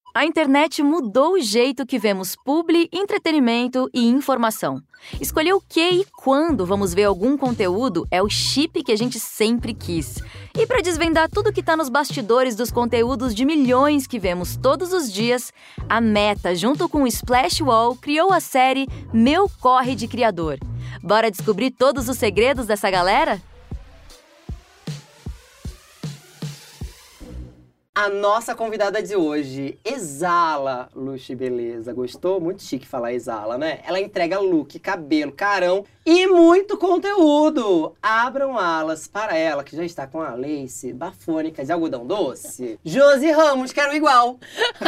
A internet mudou o jeito que vemos publi, entretenimento e informação. Escolher o que e quando vamos ver algum conteúdo é o chip que a gente sempre quis. E para desvendar tudo que está nos bastidores dos conteúdos de milhões que vemos todos os dias, a Meta, junto com o Splash Wall, criou a série Meu Corre de Criador. Bora descobrir todos os segredos dessa galera? A nossa convidada de hoje exala luxo e beleza. Gostou? Muito chique falar exala, né? Ela entrega look, cabelo, carão e muito conteúdo. Abram alas para ela, que já está com a lace bafônica de algodão doce. Josi Ramos, quero igual.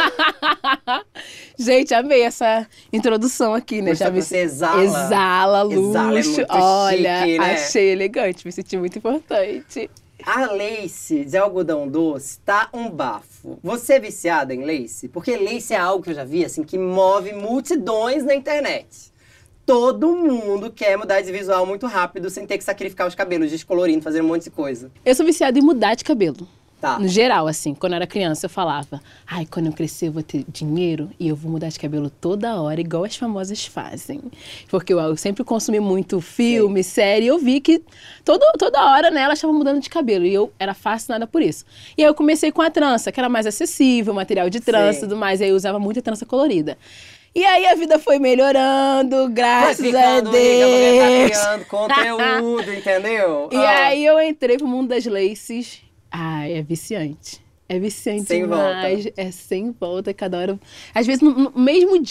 Gente, amei essa introdução aqui, né? Já vi você exala. Exala luxo. Exala é muito Olha, chique, né? achei elegante, me senti muito importante. A lace de algodão doce tá um bafo. Você é viciada em lace? Porque lace é algo que eu já vi, assim, que move multidões na internet. Todo mundo quer mudar de visual muito rápido, sem ter que sacrificar os cabelos, descolorindo, fazer um monte de coisa. Eu sou viciada em mudar de cabelo. Tá. No geral, assim, quando eu era criança, eu falava: ai, quando eu crescer eu vou ter dinheiro e eu vou mudar de cabelo toda hora, igual as famosas fazem. Porque eu sempre consumi muito filme, série, e eu vi que toda hora, né, elas estavam mudando de cabelo. E eu era fascinada por isso. E aí eu comecei com a trança, que era mais acessível, material de trança e tudo mais. E aí eu usava muita trança colorida. E aí a vida foi melhorando, graças a Deus. Rica, tá criando conteúdo, entendeu? E aí eu entrei pro mundo das laces. Ai, é viciante. É viciante sem demais. Volta. É sem volta, cada hora. Às vezes, no mesmo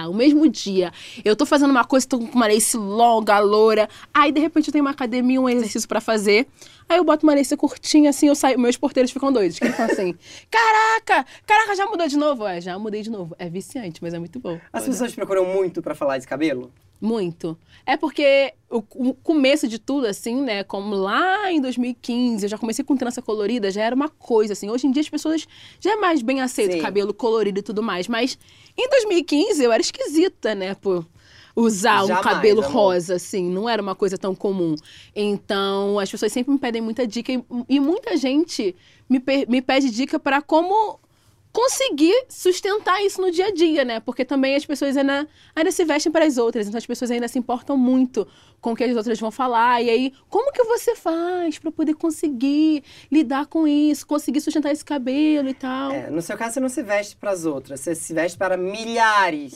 dia, eu tô fazendo uma coisa, tô com uma lace longa, loura. Aí, de repente, eu tenho uma academia, um exercício pra fazer. Aí eu boto uma lace curtinha, assim, eu saio. Meus porteiros ficam doidos. Que eles falam assim: caraca, já mudou de novo? É, já mudei de novo. É viciante, mas é muito bom. As pessoas procuram muito pra falar de cabelo? Muito. É porque o começo de tudo, assim, né, como lá em 2015, eu já comecei com trança colorida, já era uma coisa, assim. Hoje em dia as pessoas já é mais bem aceito cabelo colorido e tudo mais. Mas em 2015 eu era esquisita, né, por usar um cabelo rosa, assim. Não era uma coisa tão comum. Então, as pessoas sempre me pedem muita dica e muita gente me pede dica para como conseguir sustentar isso no dia a dia, né? Porque também as pessoas ainda se vestem para as outras, então as pessoas ainda se importam muito com o que as outras vão falar. E aí, como que você faz para poder conseguir lidar com isso, conseguir sustentar esse cabelo e tal? É, no seu caso, você não se veste para as outras, você se veste para milhares.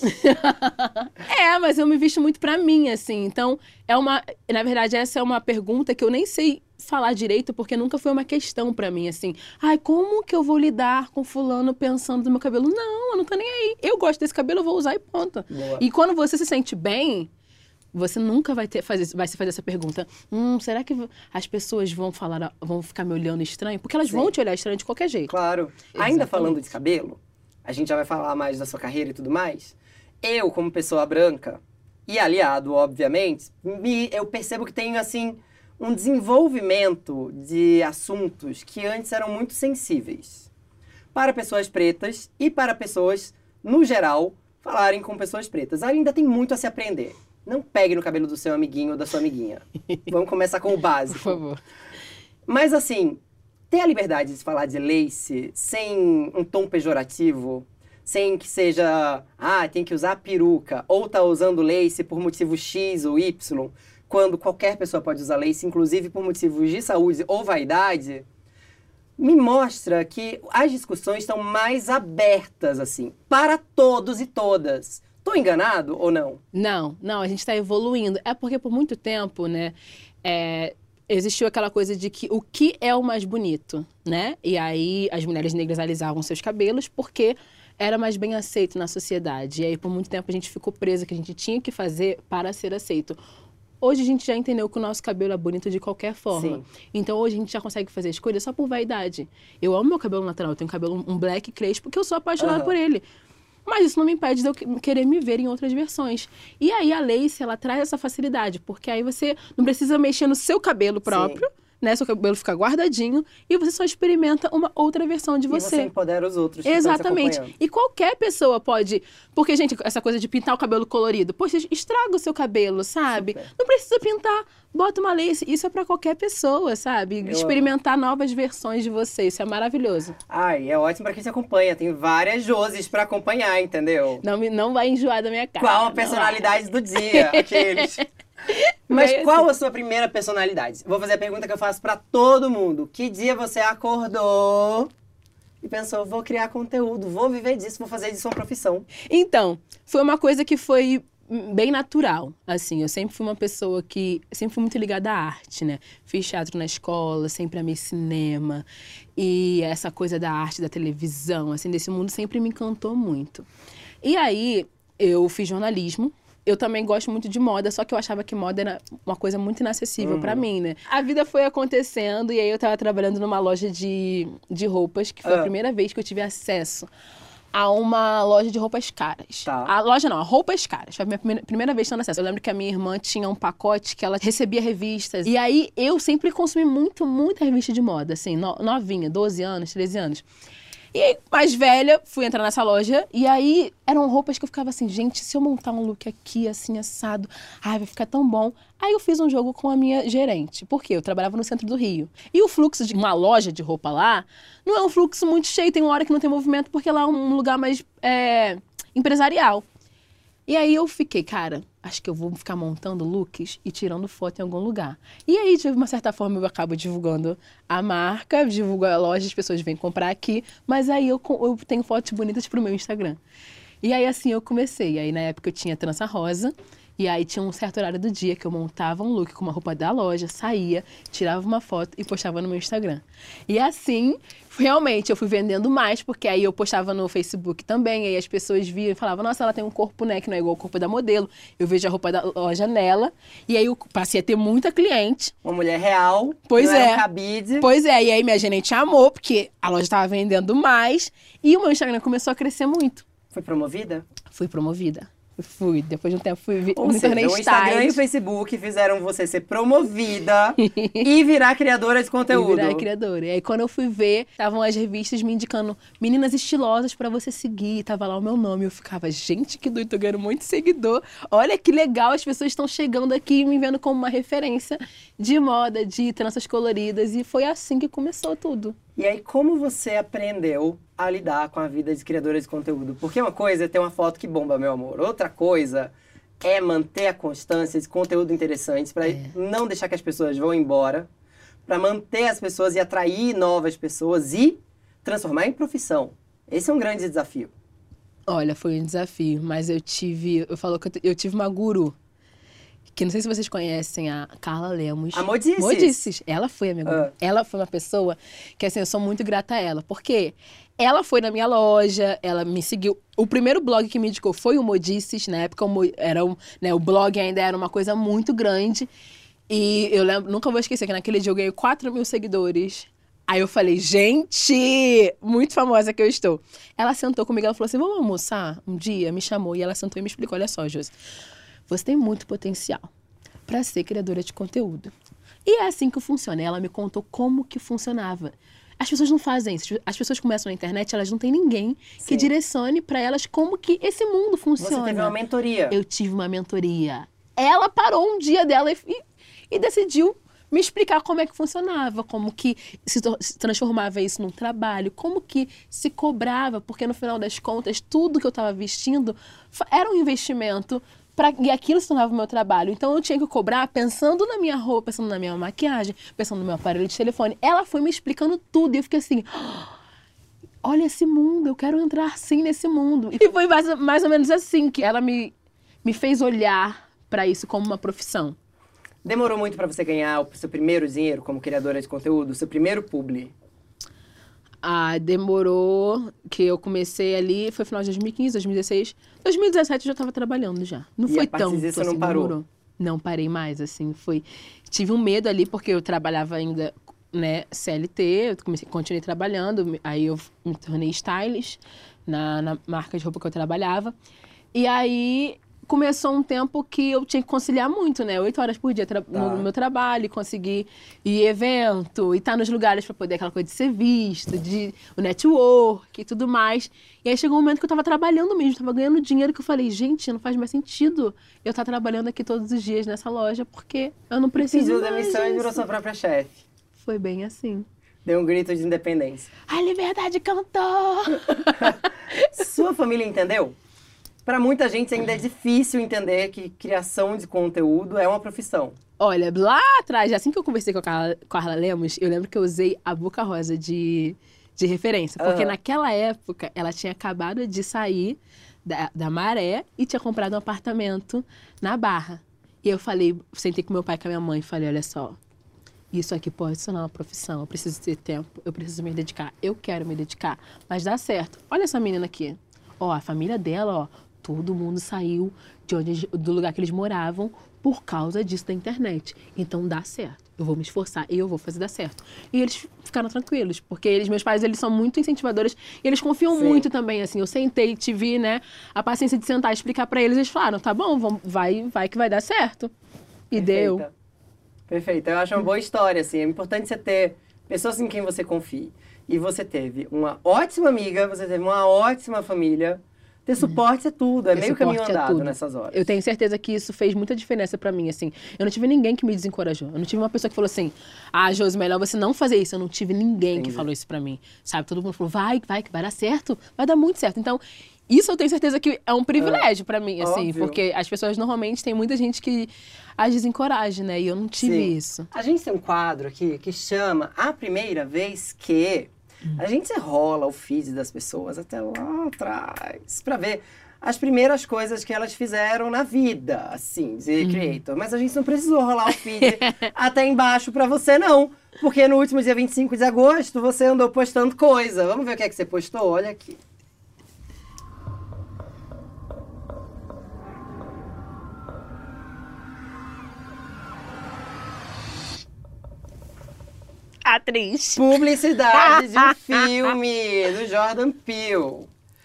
Mas eu me visto muito para mim, assim. Então, na verdade, essa é uma pergunta que eu nem sei falar direito, porque nunca foi uma questão pra mim, assim. Ai, como que eu vou lidar com fulano pensando no meu cabelo? Não, eu não tô nem aí. Eu gosto desse cabelo, eu vou usar e ponto. Boa. E quando você se sente bem, você nunca vai se fazer essa pergunta. Será que as pessoas vão ficar me olhando estranho? Porque elas vão te olhar estranho de qualquer jeito. Claro. Exatamente. Ainda falando de cabelo, a gente já vai falar mais da sua carreira e tudo mais. Eu, como pessoa branca e aliado, obviamente, eu percebo que tenho, assim, um desenvolvimento de assuntos que antes eram muito sensíveis para pessoas pretas e para pessoas, no geral, falarem com pessoas pretas. Ainda tem muito a se aprender. Não pegue no cabelo do seu amiguinho ou da sua amiguinha. Vamos começar com o básico. Por favor. Mas assim, ter a liberdade de falar de lace sem um tom pejorativo, sem que seja, tem que usar peruca, ou tá usando lace por motivo X ou Y, quando qualquer pessoa pode usar lace, inclusive por motivos de saúde ou vaidade, me mostra que as discussões estão mais abertas, assim, para todos e todas. Tô enganado ou não? Não, a gente tá evoluindo. É porque por muito tempo, né, existiu aquela coisa de que o que é o mais bonito, né? E aí as mulheres negras alisavam seus cabelos porque era mais bem aceito na sociedade. E aí por muito tempo a gente ficou presa que a gente tinha que fazer para ser aceito. Hoje a gente já entendeu que o nosso cabelo é bonito de qualquer forma. Sim. Então hoje a gente já consegue fazer escolha só por vaidade. Eu amo meu cabelo natural, eu tenho um black crespo porque eu sou apaixonada por ele. Mas isso não me impede de eu querer me ver em outras versões. E aí a lace, ela traz essa facilidade, porque aí você não precisa mexer no seu cabelo próprio, né? Seu cabelo fica guardadinho e você só experimenta uma outra versão de você. E você empodera os outros que Exatamente. estão te acompanhando. E qualquer pessoa pode... Porque, gente, essa coisa de pintar o cabelo colorido, poxa, estraga o seu cabelo, sabe? Super. Não precisa pintar, bota uma lace. Isso é pra qualquer pessoa, sabe? Experimentar novas versões de você, isso é maravilhoso. Ai, é ótimo pra quem te acompanha. Tem várias Joses pra acompanhar, entendeu? Não vai enjoar da minha cara. Qual a não personalidade do dia? Aqueles... Mas qual a sua primeira personalidade? Vou fazer a pergunta que eu faço pra todo mundo. Que dia você acordou e pensou, vou criar conteúdo, vou viver disso, vou fazer disso uma profissão? Então, foi uma coisa que foi bem natural, assim. Eu sempre fui uma pessoa que... Sempre fui muito ligada à arte, né? Fiz teatro na escola, sempre amei cinema. E essa coisa da arte, da televisão, assim, desse mundo sempre me encantou muito. E aí, eu fiz jornalismo. Eu também gosto muito de moda, só que eu achava que moda era uma coisa muito inacessível pra mim, né? A vida foi acontecendo e aí eu tava trabalhando numa loja de roupas, que foi a primeira vez que eu tive acesso a uma loja de roupas caras. Tá. A loja não, a roupas caras. Foi a minha primeira vez tendo acesso. Eu lembro que a minha irmã tinha um pacote que ela recebia revistas. E aí eu sempre consumi muita revista de moda, assim, novinha, 12 anos, 13 anos. E aí, mais velha, fui entrar nessa loja e aí eram roupas que eu ficava assim, gente, se eu montar um look aqui, assim, assado, ai, vai ficar tão bom. Aí eu fiz um jogo com a minha gerente, porque eu trabalhava no centro do Rio. E o fluxo de uma loja de roupa lá não é um fluxo muito cheio, tem uma hora que não tem movimento, porque lá é um lugar mais empresarial. E aí eu fiquei, cara, acho que eu vou ficar montando looks e tirando foto em algum lugar. E aí, de uma certa forma, eu acabo divulgando a marca, divulgo a loja, as pessoas vêm comprar aqui, mas aí eu tenho fotos bonitas pro meu Instagram. E aí, assim, eu comecei. E aí, na época, eu tinha trança rosa, e aí tinha um certo horário do dia que eu montava um look com uma roupa da loja, saía, tirava uma foto e postava no meu Instagram. E assim, realmente, eu fui vendendo mais, porque aí eu postava no Facebook também, aí as pessoas viam e falavam, nossa, ela tem um corpo, né, que não é igual ao corpo da modelo. Eu vejo a roupa da loja nela, e aí eu passei a ter muita cliente. Uma mulher real, Pois não é. era um cabide. Pois é, e aí minha gerente amou, porque a loja estava vendendo mais, e o meu Instagram começou a crescer muito. Foi promovida? Fui promovida. Fui, depois de um tempo Ou me seja, tornei o Instagram e o stylist. Facebook fizeram você ser promovida e virar criadora de conteúdo. E virar criadora. E aí, quando eu fui ver, estavam as revistas me indicando meninas estilosas pra você seguir. Tava lá o meu nome. Eu ficava, gente, que doido, tô ganhando muito seguidor. Olha que legal, as pessoas estão chegando aqui e me vendo como uma referência de moda, de tranças coloridas. E foi assim que começou tudo. E aí, como você aprendeu a lidar com a vida de criadora de conteúdo? Porque uma coisa é ter uma foto que bomba, meu amor. Outra coisa é manter a constância de conteúdo interessante para não deixar que as pessoas vão embora, para manter as pessoas e atrair novas pessoas e transformar em profissão. Esse é um grande desafio. Olha, foi um desafio, mas eu tive uma guru. Que não sei se vocês conhecem a Carla Lemos. A Modices. Modices. Ela foi a minha guru. Ela foi uma pessoa que, assim, eu sou muito grata a ela. Porque ela foi na minha loja, ela me seguiu. O primeiro blog que me indicou foi o Modices. Na época, o blog ainda era uma coisa muito grande. E eu lembro, nunca vou esquecer que naquele dia eu ganhei 4 mil seguidores. Aí eu falei, gente, muito famosa que eu estou. Ela sentou comigo, ela falou assim, vamos almoçar um dia? Me chamou e ela sentou e me explicou, olha só, Josi. Você tem muito potencial para ser criadora de conteúdo. E é assim que funciona. Ela me contou como que funcionava. As pessoas não fazem isso. As pessoas começam na internet, elas não têm ninguém que direcione para elas como que esse mundo funciona. Você teve uma mentoria. Eu tive uma mentoria. Ela parou um dia dela e decidiu me explicar como é que funcionava, como que se transformava isso num trabalho, como que se cobrava, porque no final das contas, tudo que eu estava vestindo era um investimento e aquilo se tornava o meu trabalho. Então eu tinha que cobrar pensando na minha roupa, pensando na minha maquiagem, pensando no meu aparelho de telefone. Ela foi me explicando tudo e eu fiquei assim, olha esse mundo, eu quero entrar sim nesse mundo. E foi mais ou menos assim que ela me fez olhar para isso como uma profissão. Demorou muito pra você ganhar o seu primeiro dinheiro como criadora de conteúdo, o seu primeiro publi? Ah, demorou, que eu comecei ali, foi final de 2015, 2016. 2017 eu já estava trabalhando já. Não foi tanto, disso, assim, não parou? demorou. Não parei mais, assim, foi... Tive um medo ali, porque eu trabalhava ainda, né, CLT, eu continuei trabalhando, aí eu me tornei stylist na marca de roupa que eu trabalhava. E aí começou um tempo que eu tinha que conciliar muito, né? 8 horas por dia no meu trabalho, conseguir ir em evento, e estar nos lugares para poder aquela coisa de ser visto, o network e tudo mais. E aí chegou um momento que eu tava trabalhando mesmo, tava ganhando dinheiro, que eu falei, gente, não faz mais sentido eu estar trabalhando aqui todos os dias nessa loja, porque eu não preciso Pediu mais demissão e disso. virou sua própria chefe. Foi bem assim. Deu um grito de independência. A liberdade cantou! Sua família entendeu? Para muita gente ainda é difícil entender que criação de conteúdo é uma profissão. Olha, lá atrás, assim que eu conversei com a Carla Lemos, eu lembro que eu usei a Boca Rosa de referência. Porque naquela época, ela tinha acabado de sair da Maré e tinha comprado um apartamento na Barra. E eu falei, sentei com meu pai e com a minha mãe e falei, olha só, isso aqui pode ser uma profissão, eu preciso ter tempo, eu preciso me dedicar, eu quero me dedicar, mas dá certo. Olha essa menina aqui, ó, a família dela, ó, todo mundo saiu do lugar que eles moravam por causa disso da internet. Então dá certo, eu vou me esforçar e eu vou fazer dar certo. E eles ficaram tranquilos, porque meus pais, eles são muito incentivadores e eles confiam muito também, assim. Eu sentei, tive, né, a paciência de sentar e explicar pra eles, eles falaram, tá bom, vai que vai dar certo. E deu. Perfeito. Eu acho uma boa história, assim. É importante você ter pessoas em quem você confie. E você teve uma ótima amiga, você teve uma ótima família. Ter suporte é tudo, é meio caminho andado nessas horas. Eu tenho certeza que isso fez muita diferença pra mim, assim. Eu não tive ninguém que me desencorajou. Eu não tive uma pessoa que falou assim, Josi, melhor você não fazer isso. Eu não tive ninguém que falou isso pra mim, sabe? Todo mundo falou, vai, que vai dar certo, vai dar muito certo. Então, isso eu tenho certeza que é um privilégio pra mim, assim. Óbvio. Porque as pessoas, normalmente, tem muita gente que as desencoraja, né? E eu não tive isso. A gente tem um quadro aqui que chama A Primeira Vez Que... A gente rola o feed das pessoas até lá atrás pra ver as primeiras coisas que elas fizeram na vida, assim, de creator. Mas a gente não precisou rolar o feed até embaixo pra você, não. Porque no último dia 25 de agosto, você andou postando coisa. Vamos ver o que é que você postou? Olha aqui. Atriz. Publicidade de um filme do Jordan Peele.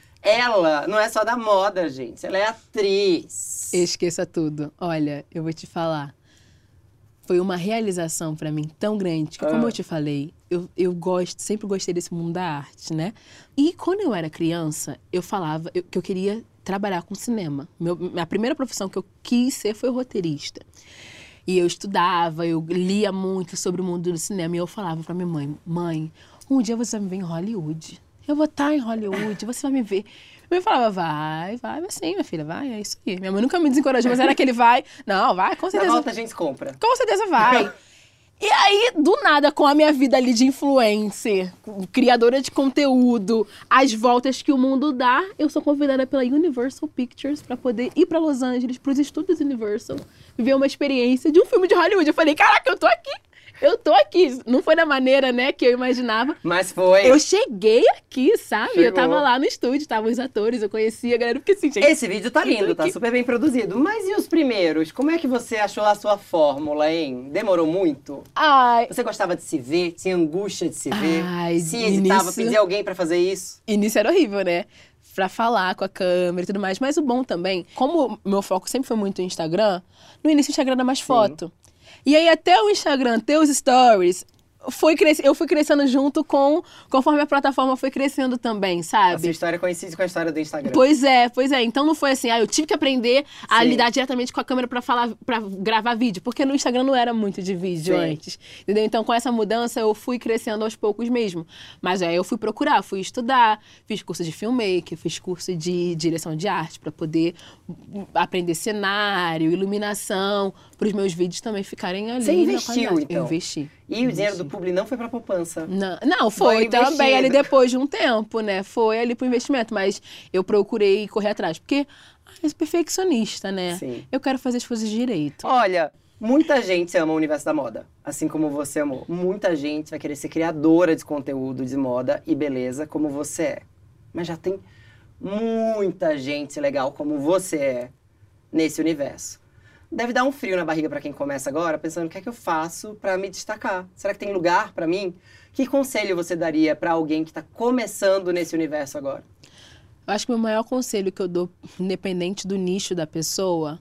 Ela não é só da moda, gente. Ela é atriz. Esqueça tudo. Olha, eu vou te falar. Foi uma realização pra mim tão grande que, como eu te falei, eu sempre gostei desse mundo da arte, né? E quando eu era criança, eu falava que eu queria trabalhar com cinema. Minha primeira profissão que eu quis ser foi roteirista. E eu estudava, eu lia muito sobre o mundo do cinema. E eu falava pra minha mãe, mãe, um dia você vai me ver em Hollywood. Eu vou estar em Hollywood, você vai me ver. Minha mãe falava, vai sim, minha filha, vai, é isso aí. Minha mãe nunca me desencorajou, mas era aquele vai. Não, vai, com certeza. Na volta a gente compra. Com certeza vai. E aí, do nada, com a minha vida ali de influencer, criadora de conteúdo, as voltas que o mundo dá, eu sou convidada pela Universal Pictures pra poder ir pra Los Angeles, pros estúdios Universal, viver uma experiência de um filme de Hollywood. Eu falei, caraca, eu tô aqui. Não foi da maneira, né, que eu imaginava. Mas foi. Eu cheguei aqui, sabe? Chegou. Eu tava lá no estúdio, estavam os atores, eu conhecia a galera, porque assim, gente... Esse vídeo tá lindo, tá super bem produzido. Mas e os primeiros? Como é que você achou a sua fórmula, hein? Demorou muito? Ai, Você gostava de se ver? Tinha angústia de se ver? Ai, Se editava, início- pedia alguém pra fazer isso? início era horrível, né? Pra falar com a câmera e tudo mais. Mas o bom também, como o meu foco sempre foi muito no Instagram, no início o Instagram era mais foto. E aí até o Instagram ter os stories, eu fui crescendo junto conforme a plataforma foi crescendo também, A sabe? sua história coincide com a história do Instagram. Pois é. Então não foi assim, eu tive que aprender a Sim. lidar diretamente com a câmera pra gravar vídeo, porque no Instagram não era muito de vídeo Sim. antes, entendeu? Então com essa mudança eu fui crescendo aos poucos mesmo. Mas aí eu fui procurar, fui estudar, fiz curso de filmmaker, fiz curso de direção de arte pra poder aprender cenário, iluminação, pros meus vídeos também ficarem ali. Você na investiu, qualidade. então? Eu investi. E o dinheiro do publi não foi pra poupança. Não, foi também investido. ali depois de um tempo, né? Foi ali pro investimento, mas eu procurei correr atrás, porque eu sou perfeccionista, né? Sim. Eu quero fazer as coisas direito. Olha, muita gente ama o universo da moda, assim como você amou. Muita gente vai querer ser criadora de conteúdo de moda e beleza, como você é. Mas já tem muita gente legal como você é nesse universo. Deve dar um frio na barriga pra quem começa agora, pensando o que é que eu faço pra me destacar? Será que tem lugar pra mim? Que conselho você daria pra alguém que tá começando nesse universo agora? Eu acho que o meu maior conselho que eu dou, independente do nicho da pessoa,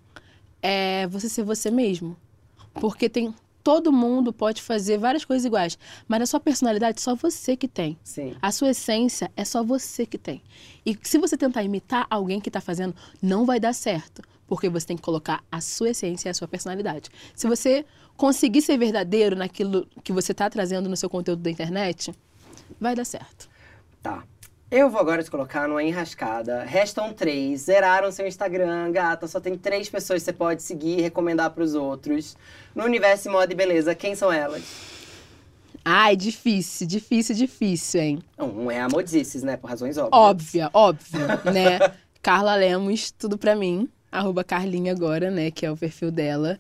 é você ser você mesmo. Porque todo mundo pode fazer várias coisas iguais, mas a sua personalidade só você que tem. Sim. A sua essência é só você que tem. E se você tentar imitar alguém que está fazendo, não vai dar certo. Porque você tem que colocar a sua essência e a sua personalidade. Se você conseguir ser verdadeiro naquilo que você está trazendo no seu conteúdo da internet, vai dar certo. Tá. Eu vou agora te colocar numa enrascada. Restam 3, zeraram seu Instagram, gata. Só tem 3 pessoas que você pode seguir e recomendar pros outros. No universo moda e beleza, quem são elas? Ai, difícil, hein? Um é a Modices, né? Por razões óbvias. Óbvio, né? Carla Lemos, tudo pra mim. @Carlinha agora, né? Que é o perfil dela.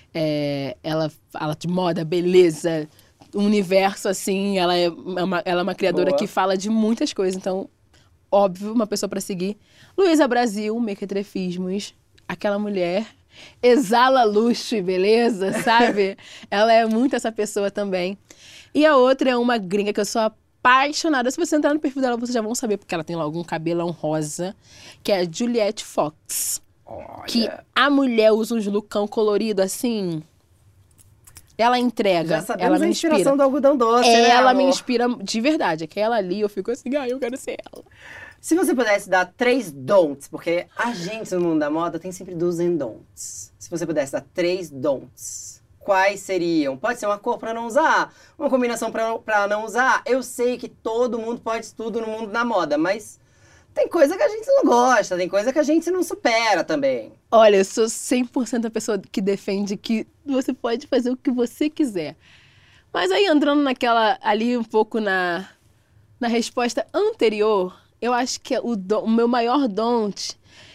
Ela fala de moda, beleza, universo, assim. Ela é uma criadora que fala de muitas coisas. Então, óbvio, uma pessoa pra seguir. Luísa Brasil, Mequetrefismos. Aquela mulher exala luxo e beleza, sabe? Ela é muito essa pessoa também. E a outra é uma gringa que eu sou apaixonada. Se você entrar no perfil dela, vocês já vão saber, porque ela tem logo um cabelão rosa, que é a Juliette Fox. Olha. Que a mulher usa uns lookão colorido assim. Ela entrega, Já sabemos ela me a inspiração inspira. do algodão doce, né, Ela me amor? inspira de verdade. Aquela ali, eu fico assim, eu quero ser ela. Se você pudesse dar 3 don'ts, porque a gente no mundo da moda tem sempre do's and don'ts. Se você pudesse dar 3 don'ts, quais seriam? Pode ser uma cor pra não usar, uma combinação pra não usar. Eu sei que todo mundo pode tudo no mundo da moda, mas tem coisa que a gente não gosta, tem coisa que a gente não supera também. Olha, eu sou 100% a pessoa que defende que você pode fazer o que você quiser. Mas aí, entrando ali um pouco na resposta anterior, eu acho que o meu maior don't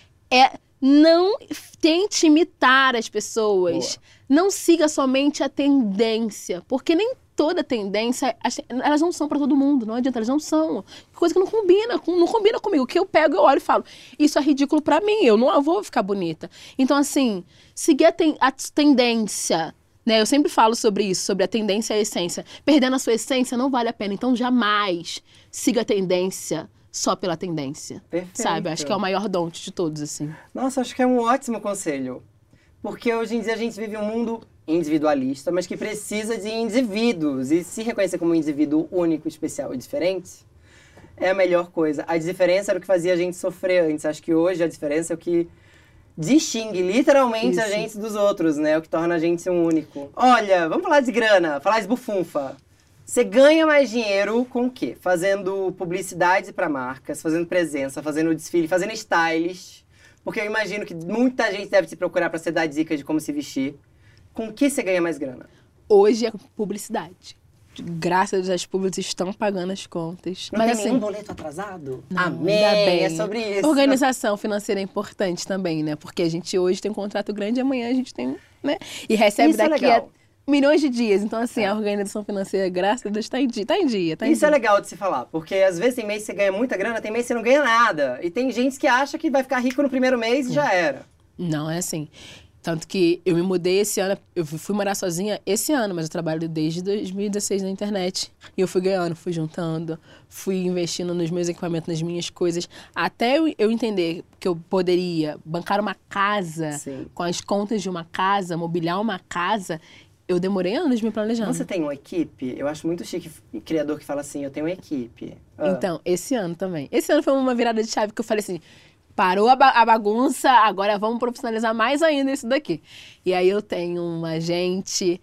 é não tente imitar as pessoas. Boa. Não siga somente a tendência, porque nem toda tendência, elas não são pra todo mundo, não adianta, elas não são. Coisa que não combina comigo. O que eu pego, eu olho e falo, isso é ridículo pra mim, eu não vou ficar bonita. Então, assim, seguir a tendência, né? Eu sempre falo sobre isso, sobre a tendência e a essência. Perdendo a sua essência não vale a pena, então jamais siga a tendência só pela tendência. Perfeito. Sabe? Acho que é o maior don't de todos, assim. Nossa, acho que é um ótimo conselho. Porque hoje em dia a gente vive um mundo individualista, mas que precisa de indivíduos. E se reconhecer como um indivíduo único, especial e diferente, é a melhor coisa. A diferença era o que fazia a gente sofrer antes. Acho que hoje a diferença é o que distingue literalmente a gente dos outros, né? O que torna a gente um único. Olha, vamos falar de grana, falar de bufunfa. Você ganha mais dinheiro com o quê? Fazendo publicidade para marcas, fazendo presença, fazendo desfile, fazendo stylist. Porque eu imagino que muita gente deve te procurar para você dar dicas de como se vestir. Com o que você ganha mais grana? Hoje é publicidade. Graças a Deus, as públicas estão pagando as contas. Não mas tem assim, nenhum boleto atrasado? não, Amém, ainda bem. é sobre isso. Organização financeira é importante também, né? Porque a gente hoje tem um contrato grande e amanhã a gente tem, né? E recebe Isso é daqui legal. a milhões de dias. Então, assim, a organização financeira, graças a Deus, tá em dia. Isso é legal de se falar, porque às vezes tem mês que você ganha muita grana, tem mês que você não ganha nada. E tem gente que acha que vai ficar rico no primeiro mês e já era. Não, é assim. Tanto que eu me mudei esse ano, eu fui morar sozinha esse ano, mas eu trabalho desde 2016 na internet. E eu fui ganhando, fui juntando, fui investindo nos meus equipamentos, nas minhas coisas. Até eu entender que eu poderia bancar uma casa, Sim. com as contas de uma casa, mobiliar uma casa, eu demorei anos me planejando. Você tem uma equipe? Eu acho muito chique criador que fala assim, eu tenho uma equipe. Então, esse ano também. Esse ano foi uma virada de chave que eu falei assim, parou a bagunça, agora vamos profissionalizar mais ainda isso daqui. E aí eu tenho uma agente,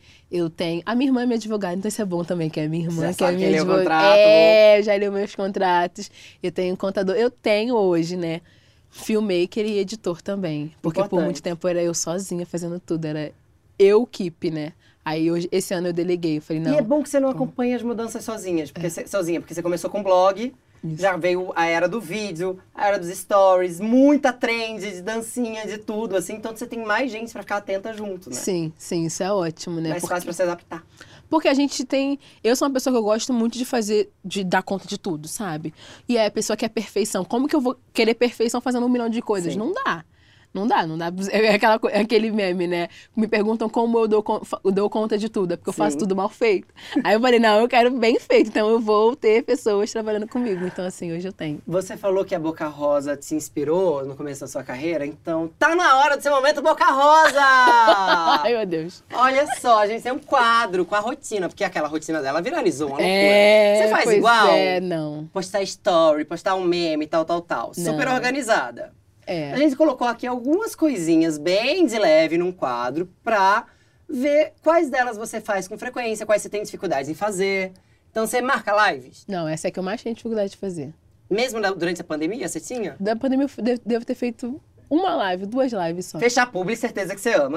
a minha irmã é minha advogada, então isso é bom também, que é a minha irmã, Já que é a sabe minha quem lê o advogada. contrato. Já leu meus contratos. Eu tenho um contador, eu tenho hoje, né, filmmaker e editor também. Porque por Importante. muito tempo era eu sozinha fazendo tudo, era eu keep, né. Aí hoje, esse ano eu deleguei, eu falei, não. E é bom que você não acompanha as mudanças sozinha, porque você começou com blog, já veio a era do vídeo, a era dos stories, muita trend de dancinha, de tudo, assim. Então você tem mais gente pra ficar atenta junto, né? Sim, isso é ótimo, né. Mais fácil pra se adaptar. Porque a gente tem... Eu sou uma pessoa que eu gosto muito de dar conta de tudo, sabe? E é a pessoa que é perfeição. Como que eu vou querer perfeição fazendo 1 milhão de coisas? Sim. Não dá. Não dá. É aquele meme, né? Me perguntam como eu dou conta de tudo. É porque eu faço tudo mal feito. Aí eu falei, não, eu quero bem feito. Então eu vou ter pessoas trabalhando comigo. Então, assim, hoje eu tenho. Você falou que a Boca Rosa te inspirou no começo da sua carreira. Então, tá na hora do seu momento Boca Rosa! Ai, meu Deus. Olha só, a gente tem um quadro com a rotina. Porque aquela rotina dela viralizou uma loucura. É, você faz pois igual? É, não. Postar story, postar um meme, tal. Super Não. organizada. É. A gente colocou aqui algumas coisinhas bem de leve num quadro pra ver quais delas você faz com frequência, quais você tem dificuldades em fazer. Então, você marca lives? Não, essa é que eu mais tenho dificuldade de fazer. Mesmo durante a pandemia, você tinha? Da pandemia eu devo ter feito uma live, 2 lives só. Fechar publi, certeza que você ama.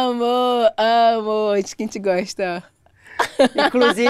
Amo, de quem te gosta. Inclusive,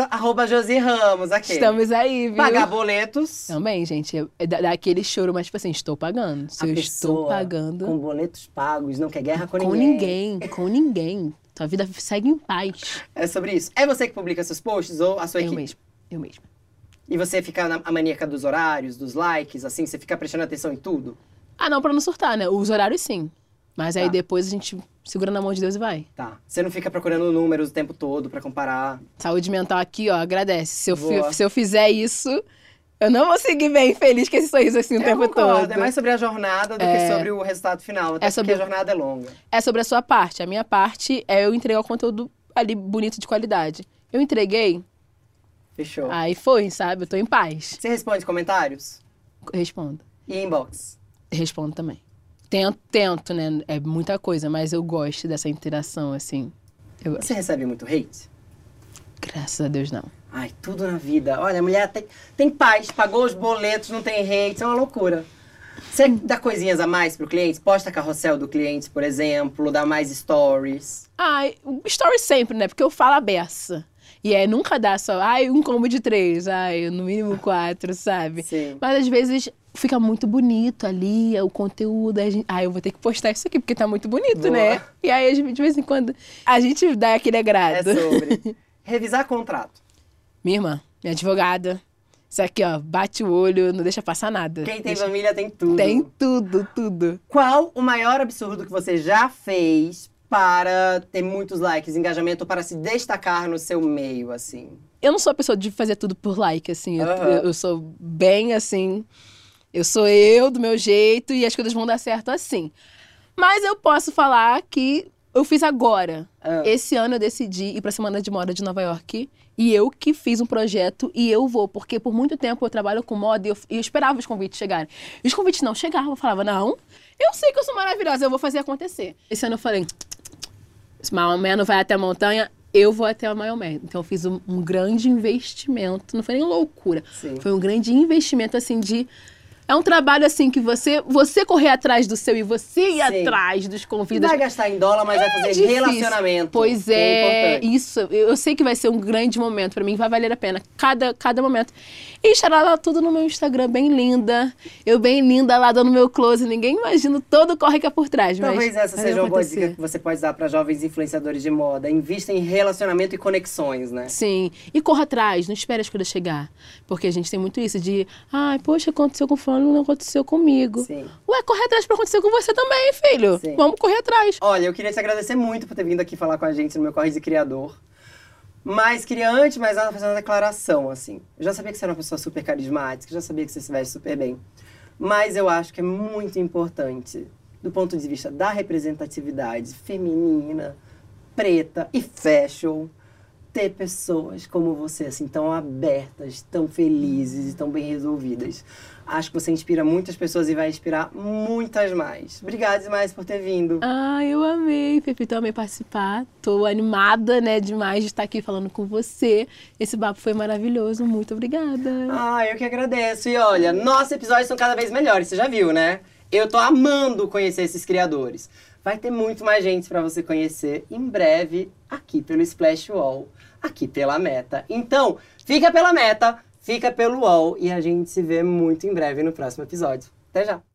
@ Josi Ramos aqui. Estamos aí, viu? Pagar boletos. Também, gente, dá aquele choro, mas tipo assim, estou pagando. Se A eu estou pessoa pagando... com boletos pagos, não quer guerra com Com ninguém. Tua vida segue em paz. É sobre isso. É você que publica seus posts ou a sua equipe? Eu mesma. E você fica na maníaca dos horários, dos likes, assim? Você fica prestando atenção em tudo? Ah, não, pra não surtar, né? Os horários, sim. Mas aí Tá. depois a gente segura na mão de Deus e vai. Tá. Você não fica procurando números o tempo todo pra comparar? Saúde mental aqui, ó, agradece. Boa. Se eu fizer isso, eu não vou seguir bem feliz com esse sorriso assim o tempo todo. É mais sobre a jornada do que sobre o resultado final. Até porque a jornada é longa. É sobre a sua parte. A minha parte é eu entregar o conteúdo ali bonito de qualidade. Eu entreguei, Fechou. aí foi, sabe? Eu tô em paz. Você responde comentários? Respondo. E inbox? Respondo também. Tento, né? É muita coisa, mas eu gosto dessa interação, assim. Eu gosto. Você recebe muito hate? Graças a Deus, não. Ai, tudo na vida. Olha, a mulher tem paz, pagou os boletos, não tem hate, é uma loucura. Você dá coisinhas a mais pro cliente? Posta carrossel do cliente, por exemplo, dá mais stories. Ai, story sempre, né? Porque eu falo a beça. E nunca dá só, um combo de 3, no mínimo 4, sabe? Sim. Mas às vezes fica muito bonito ali, o conteúdo, eu vou ter que postar isso aqui, porque tá muito bonito, Boa. né? E aí, de vez em quando, a gente dá aquele agrado. É sobre revisar contrato. Minha irmã, minha advogada, isso aqui, ó, bate o olho, não deixa passar nada. Quem tem família tem tudo. Tem tudo. Qual o maior absurdo que você já fez para ter muitos likes, engajamento, para se destacar no seu meio, assim? Eu não sou a pessoa de fazer tudo por like, assim. Eu sou bem, assim... Eu sou eu, do meu jeito, e as coisas vão dar certo assim. Mas eu posso falar que eu fiz agora. Esse ano eu decidi ir pra Semana de Moda de Nova York. E eu que fiz um projeto e eu vou. Porque por muito tempo eu trabalho com moda e eu esperava os convites chegarem. E os convites não chegavam. Eu falava, não, eu sei que eu sou maravilhosa, eu vou fazer acontecer. Esse ano eu falei, se Maior não vai até a montanha, eu vou até a Maior. Então eu fiz um grande investimento. Não foi nem loucura. Sim. Foi um grande investimento, assim, de... É um trabalho, assim, que você correr atrás do seu e você ir atrás dos convidados. Vai gastar em dólar, mas vai fazer difícil. Relacionamento. Pois é importante. Isso. Eu sei que vai ser um grande momento pra mim, vai valer a pena. Cada momento. E estará lá tudo no meu Instagram, bem linda. Eu bem linda lá, dando meu close. Ninguém imagina todo o corre que é por trás. Talvez mas essa seja uma boa dica que você pode dar para jovens influenciadores de moda. Invista em relacionamento e conexões, né? Sim. E corra atrás, não espere as coisas chegar. Porque a gente tem muito isso de... poxa, aconteceu com fulano, não aconteceu comigo. Sim. Ué, corre atrás pra acontecer com você também, filho. Sim. Vamos correr atrás. Olha, eu queria te agradecer muito por ter vindo aqui falar com a gente no meu Corre de Criador. Mas queria, antes de mais nada, fazer uma declaração, assim. Eu já sabia que você era uma pessoa super carismática, já sabia que você se veste super bem. Mas eu acho que é muito importante, do ponto de vista da representatividade feminina, preta e fashion, ter pessoas como você, assim, tão abertas, tão felizes e tão bem resolvidas. Acho que você inspira muitas pessoas e vai inspirar muitas mais. Obrigada demais por ter vindo. Eu amei, Pepe, eu amei participar. Tô animada, né, demais de estar aqui falando com você. Esse papo foi maravilhoso, muito obrigada. Eu que agradeço. E olha, nossos episódios são cada vez melhores, você já viu, né? Eu tô amando conhecer esses criadores. Vai ter muito mais gente pra você conhecer em breve aqui pelo Splash Wall, aqui pela Meta. Então, fica pela Meta, fica pelo UOL e a gente se vê muito em breve no próximo episódio. Até já!